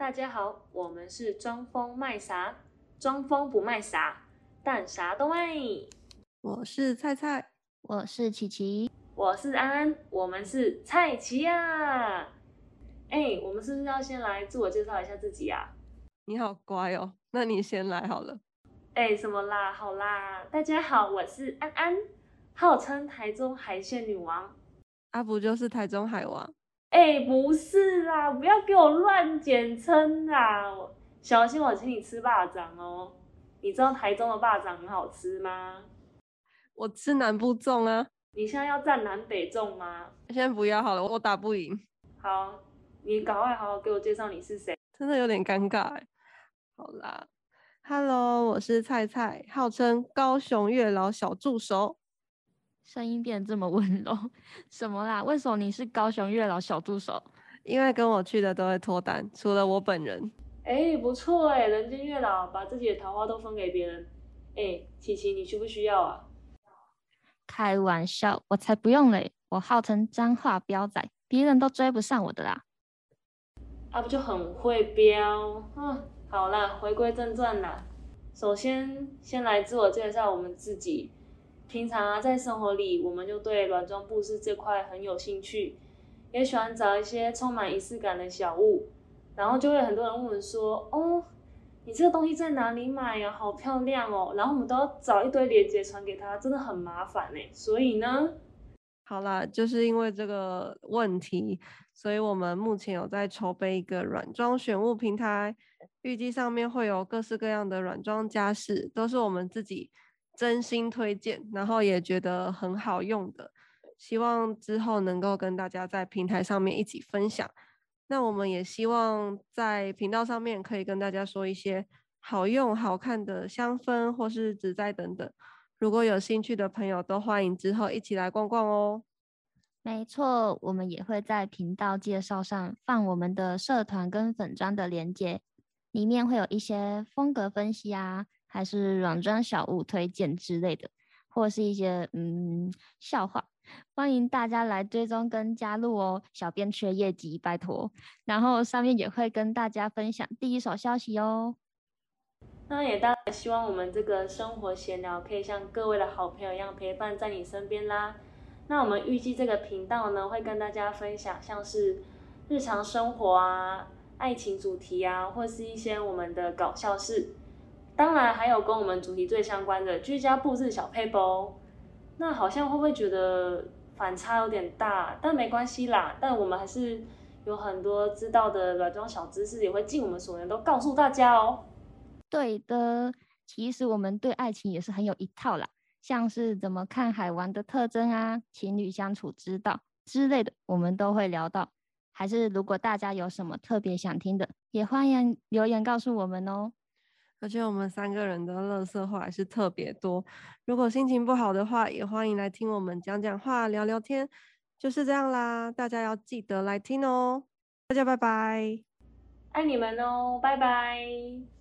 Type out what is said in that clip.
大家好，我们是装疯卖傻，装疯不卖傻，但啥都卖。 我是菜菜， 我是琪琪， 我是安安，我们是菜奇呀。我们是不是要先来自我介绍一下自己啊？ 你好乖哦，那你先来好了。 什么啦？好啦，大家好，我是安安，号称台中海鲜女王。 不就是台中海王？ 不是啦，不要给我乱简称啦，小心我请你吃霸掌哦。你知道台中的霸掌很好吃吗？ 我吃南部粽啊。 你现在要站南北粽吗？ 先不要好了，我打不赢。 好，你赶快好好给我介绍你是谁。 真的有点尴尬哎。好啦，Hello，我是菜菜，号称高雄月老小助手。 声音变得这么温柔，什么啦？为什么你是高雄月老小助手？ 因为跟我去的都会脱单，除了我本人。 不错人间月老把自己的桃花都分给别人。琪琪，你需不需要啊？ 开玩笑，我才不用嘞！我号称彰化标仔，别人都追不上我的啦。 不就很会标？好啦，回归正传啦。首先来自我介绍我们自己。平常在生活里，我们就对软装布饰这块很有兴趣，也喜欢找一些充满仪式感的小物，然后就会很多人问我们说：“哦，你这个东西在哪里买呀？好漂亮哦！”然后我们都要找一堆链接传给他，真的很麻烦欸。所以呢， 好啦，就是因为这个问题，所以我们目前有在筹备一个软装选物平台，预计上面会有各式各样的软装家饰，都是我们自己真心推荐，然后也觉得很好用的，希望之后能够跟大家在平台上面一起分享。那我们也希望在频道上面可以跟大家说一些好用好看的香氛或是植栽等等，如果有兴趣的朋友都欢迎之后一起来逛逛哦。 没错，我们也会在频道介绍上放我们的社团跟粉专的连结，里面会有一些风格分析啊，还是软装小物推荐之类的，或是一些笑话，欢迎大家来追踪跟加入哦。小编缺业绩，拜托。然后上面也会跟大家分享第一手消息哦。 那也当然希望我们这个生活闲聊可以像各位的好朋友一样陪伴在你身边啦。那我们预计这个频道呢，会跟大家分享像是日常生活啊、爱情主题啊，或是一些我们的搞笑事。当然还有跟我们主题最相关的居家布置小配包。那好像会不会觉得反差有点大？但没关系啦，但我们还是有很多知道的软装小知识，也会尽我们所能都告诉大家哦。 对的，其实我们对爱情也是很有一套啦，像是怎么看海王的特征啊、情侣相处之道之类的，我们都会聊到。还是如果大家有什么特别想听的，也欢迎留言告诉我们哦。 而且我们3个人的垃圾话还是特别多，如果心情不好的话，也欢迎来听我们讲讲话、聊聊天，就是这样啦。大家要记得来听哦，大家拜拜， 爱你们哦，拜拜。